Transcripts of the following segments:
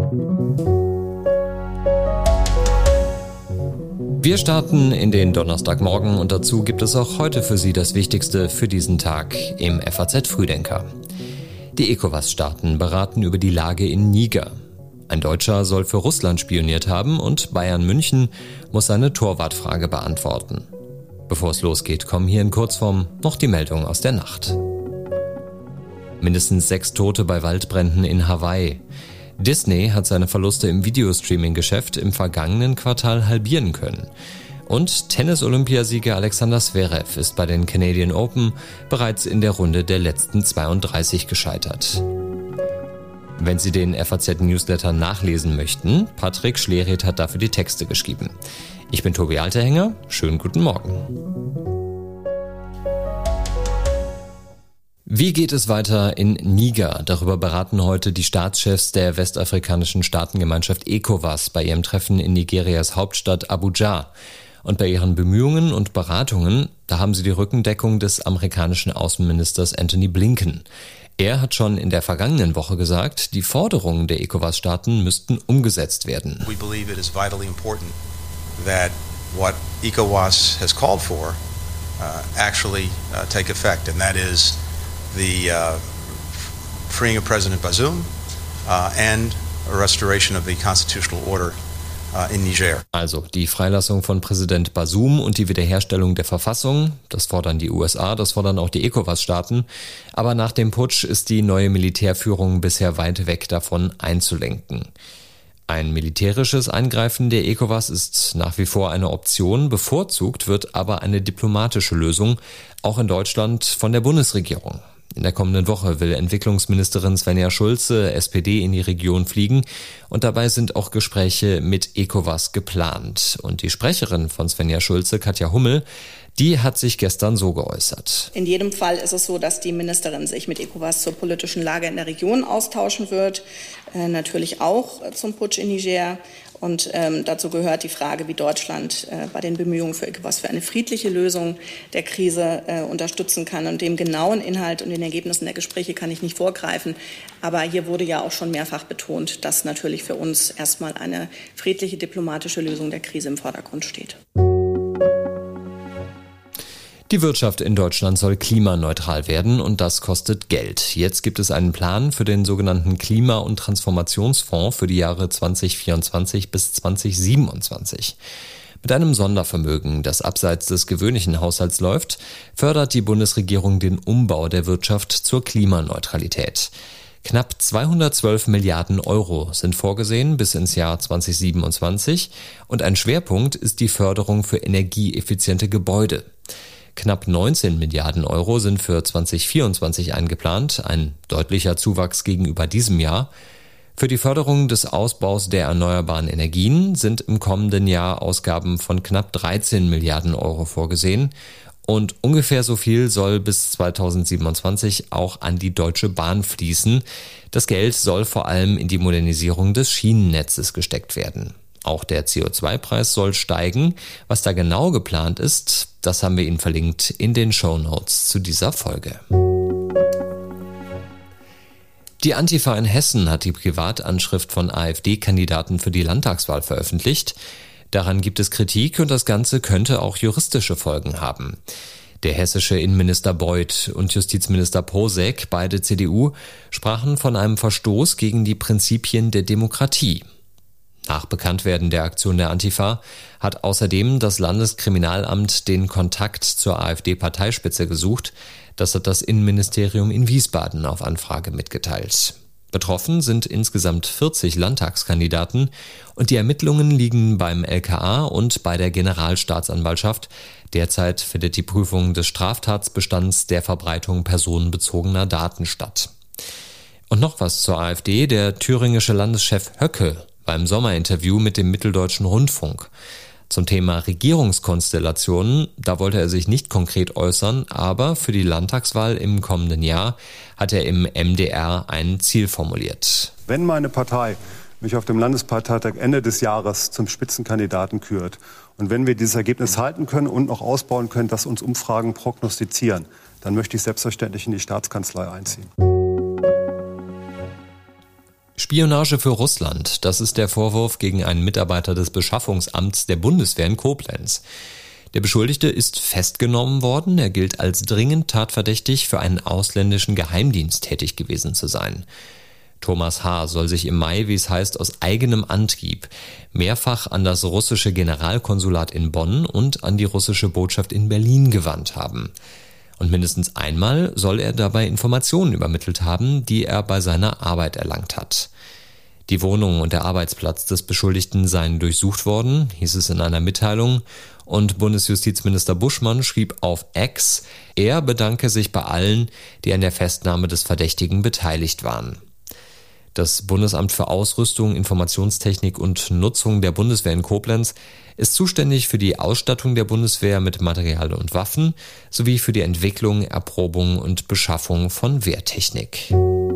Wir starten in den Donnerstagmorgen und dazu gibt es auch heute für Sie das Wichtigste für diesen Tag im FAZ Frühdenker. Die ECOWAS-Staaten beraten über die Lage in Niger. Ein Deutscher soll für Russland spioniert haben und Bayern München muss seine Torwartfrage beantworten. Bevor es losgeht, kommen hier in Kurzform noch die Meldungen aus der Nacht. Mindestens 6 Tote bei Waldbränden in Hawaii. Disney hat seine Verluste im Videostreaming-Geschäft im vergangenen Quartal halbieren können. Und Tennis-Olympiasieger Alexander Zverev ist bei den Canadian Open bereits in der Runde der letzten 32 gescheitert. Wenn Sie den FAZ-Newsletter nachlesen möchten, Patrick Schlereth hat dafür die Texte geschrieben. Ich bin Tobi Alterhänger, schönen guten Morgen. Wie geht es weiter in Niger? Darüber beraten heute die Staatschefs der westafrikanischen Staatengemeinschaft ECOWAS bei ihrem Treffen in Nigerias Hauptstadt Abuja. Und bei ihren Bemühungen und Beratungen, da haben sie die Rückendeckung des amerikanischen Außenministers Antony Blinken. Er hat schon in der vergangenen Woche gesagt, die Forderungen der ECOWAS-Staaten müssten umgesetzt werden. We believe it is vitally important that what ECOWAS has called for actually take effect, and that is the freeing of President Bazoum and a restoration of the constitutional order in Niger. Also die Freilassung von Präsident Bazoum und die Wiederherstellung der Verfassung, das fordern die USA, das fordern auch die ECOWAS-Staaten. Aber nach dem Putsch ist die neue Militärführung bisher weit weg davon einzulenken. Ein militärisches Eingreifen der ECOWAS ist nach wie vor eine Option, bevorzugt wird aber eine diplomatische Lösung, auch in Deutschland von der Bundesregierung. In der kommenden Woche will Entwicklungsministerin Svenja Schulze, SPD, in die Region fliegen und dabei sind auch Gespräche mit ECOWAS geplant. Und die Sprecherin von Svenja Schulze, Katja Hummel, die hat sich gestern so geäußert. In jedem Fall ist es so, dass die Ministerin sich mit ECOWAS zur politischen Lage in der Region austauschen wird, natürlich auch zum Putsch in Niger. Und dazu gehört die Frage, wie Deutschland bei den Bemühungen für ECOWAS für eine friedliche Lösung der Krise unterstützen kann. Und dem genauen Inhalt und den Ergebnissen der Gespräche kann ich nicht vorgreifen. Aber hier wurde ja auch schon mehrfach betont, dass natürlich für uns erstmal eine friedliche diplomatische Lösung der Krise im Vordergrund steht. Die Wirtschaft in Deutschland soll klimaneutral werden und das kostet Geld. Jetzt gibt es einen Plan für den sogenannten Klima- und Transformationsfonds für die Jahre 2024 bis 2027. Mit einem Sondervermögen, das abseits des gewöhnlichen Haushalts läuft, fördert die Bundesregierung den Umbau der Wirtschaft zur Klimaneutralität. Knapp 212 Milliarden Euro sind vorgesehen bis ins Jahr 2027 und ein Schwerpunkt ist die Förderung für energieeffiziente Gebäude. Knapp 19 Milliarden Euro sind für 2024 eingeplant, ein deutlicher Zuwachs gegenüber diesem Jahr. Für die Förderung des Ausbaus der erneuerbaren Energien sind im kommenden Jahr Ausgaben von knapp 13 Milliarden Euro vorgesehen und ungefähr so viel soll bis 2027 auch an die Deutsche Bahn fließen. Das Geld soll vor allem in die Modernisierung des Schienennetzes gesteckt werden. Auch der CO2-Preis soll steigen. Was da genau geplant ist, das haben wir Ihnen verlinkt in den Shownotes zu dieser Folge. Die Antifa in Hessen hat die Privatanschrift von AfD-Kandidaten für die Landtagswahl veröffentlicht. Daran gibt es Kritik und das Ganze könnte auch juristische Folgen haben. Der hessische Innenminister Beuth und Justizminister Posek, beide CDU, sprachen von einem Verstoß gegen die Prinzipien der Demokratie. Nach Bekanntwerden der Aktion der Antifa hat außerdem das Landeskriminalamt den Kontakt zur AfD-Parteispitze gesucht. Das hat das Innenministerium in Wiesbaden auf Anfrage mitgeteilt. Betroffen sind insgesamt 40 Landtagskandidaten und die Ermittlungen liegen beim LKA und bei der Generalstaatsanwaltschaft. Derzeit findet die Prüfung des Straftatsbestands der Verbreitung personenbezogener Daten statt. Und noch was zur AfD. Der thüringische Landeschef Höcke beim Sommerinterview mit dem Mitteldeutschen Rundfunk. Zum Thema Regierungskonstellationen, da wollte er sich nicht konkret äußern, aber für die Landtagswahl im kommenden Jahr hat er im MDR ein Ziel formuliert. Wenn meine Partei mich auf dem Landesparteitag Ende des Jahres zum Spitzenkandidaten kürt und wenn wir dieses Ergebnis halten können und noch ausbauen können, dass uns Umfragen prognostizieren, dann möchte ich selbstverständlich in die Staatskanzlei einziehen. Spionage für Russland, das ist der Vorwurf gegen einen Mitarbeiter des Beschaffungsamts der Bundeswehr in Koblenz. Der Beschuldigte ist festgenommen worden, er gilt als dringend tatverdächtig, für einen ausländischen Geheimdienst tätig gewesen zu sein. Thomas H. soll sich im Mai, wie es heißt, aus eigenem Antrieb mehrfach an das russische Generalkonsulat in Bonn und an die russische Botschaft in Berlin gewandt haben. Und mindestens einmal soll er dabei Informationen übermittelt haben, die er bei seiner Arbeit erlangt hat. Die Wohnung und der Arbeitsplatz des Beschuldigten seien durchsucht worden, hieß es in einer Mitteilung, und Bundesjustizminister Buschmann schrieb auf X, er bedanke sich bei allen, die an der Festnahme des Verdächtigen beteiligt waren. Das Bundesamt für Ausrüstung, Informationstechnik und Nutzung der Bundeswehr in Koblenz ist zuständig für die Ausstattung der Bundeswehr mit Material und Waffen sowie für die Entwicklung, Erprobung und Beschaffung von Wehrtechnik.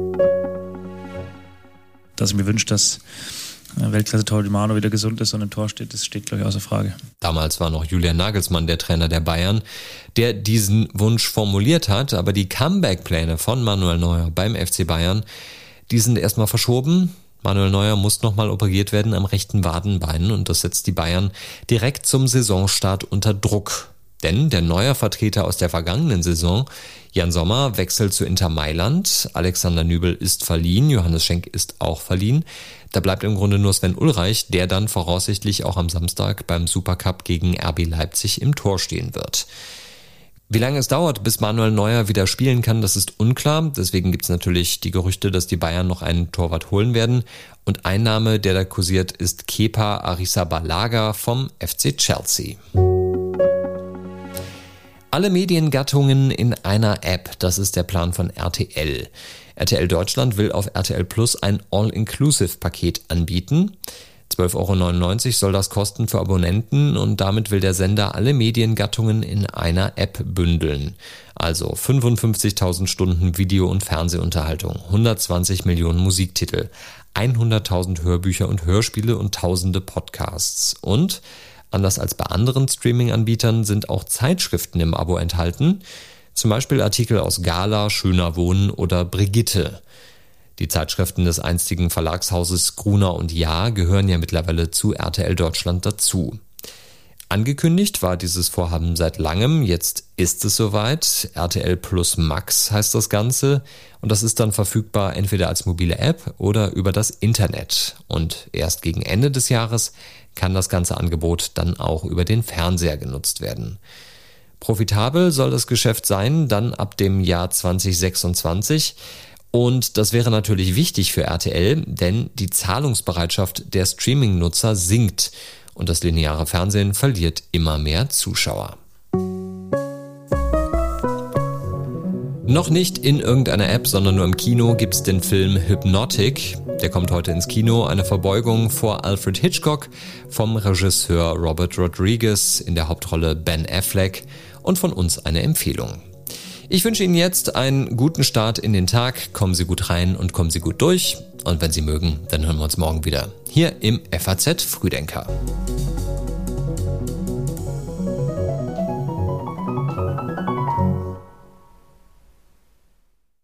Dass ich mir wünsche, dass Weltklasse-Torwart Mano wieder gesund ist und im Tor steht, das steht, glaube ich, außer Frage. Damals war noch Julian Nagelsmann der Trainer der Bayern, der diesen Wunsch formuliert hat, aber die Comeback-Pläne von Manuel Neuer beim FC Bayern, die sind erstmal verschoben. Manuel Neuer muss nochmal operiert werden am rechten Wadenbein und das setzt die Bayern direkt zum Saisonstart unter Druck. Denn der Neuer-Vertreter aus der vergangenen Saison, Jan Sommer, wechselt zu Inter Mailand, Alexander Nübel ist verliehen, Johannes Schenk ist auch verliehen. Da bleibt im Grunde nur Sven Ulreich, der dann voraussichtlich auch am Samstag beim Supercup gegen RB Leipzig im Tor stehen wird. Wie lange es dauert, bis Manuel Neuer wieder spielen kann, das ist unklar. Deswegen gibt es natürlich die Gerüchte, dass die Bayern noch einen Torwart holen werden. Und ein Name, der da kursiert, ist Kepa Arrizabalaga vom FC Chelsea. Alle Mediengattungen in einer App, das ist der Plan von RTL. RTL Deutschland will auf RTL Plus ein All-Inclusive-Paket anbieten. 12,99 € soll das kosten für Abonnenten und damit will der Sender alle Mediengattungen in einer App bündeln. Also 55.000 Stunden Video- und Fernsehunterhaltung, 120 Millionen Musiktitel, 100.000 Hörbücher und Hörspiele und tausende Podcasts. Und anders als bei anderen Streaming-Anbietern sind auch Zeitschriften im Abo enthalten, zum Beispiel Artikel aus Gala, Schöner Wohnen oder Brigitte. Die Zeitschriften des einstigen Verlagshauses Gruner und Jahr gehören ja mittlerweile zu RTL Deutschland dazu. Angekündigt war dieses Vorhaben seit langem, jetzt ist es soweit. RTL Plus Max heißt das Ganze und das ist dann verfügbar entweder als mobile App oder über das Internet. Und erst gegen Ende des Jahres kann das ganze Angebot dann auch über den Fernseher genutzt werden. Profitabel soll das Geschäft sein, dann ab dem Jahr 2026. Und das wäre natürlich wichtig für RTL, denn die Zahlungsbereitschaft der Streaming-Nutzer sinkt und das lineare Fernsehen verliert immer mehr Zuschauer. Noch nicht in irgendeiner App, sondern nur im Kino gibt's den Film Hypnotic. Der kommt heute ins Kino, eine Verbeugung vor Alfred Hitchcock vom Regisseur Robert Rodriguez, in der Hauptrolle Ben Affleck und von uns eine Empfehlung. Ich wünsche Ihnen jetzt einen guten Start in den Tag. Kommen Sie gut rein und kommen Sie gut durch. Und wenn Sie mögen, dann hören wir uns morgen wieder hier im FAZ Frühdenker.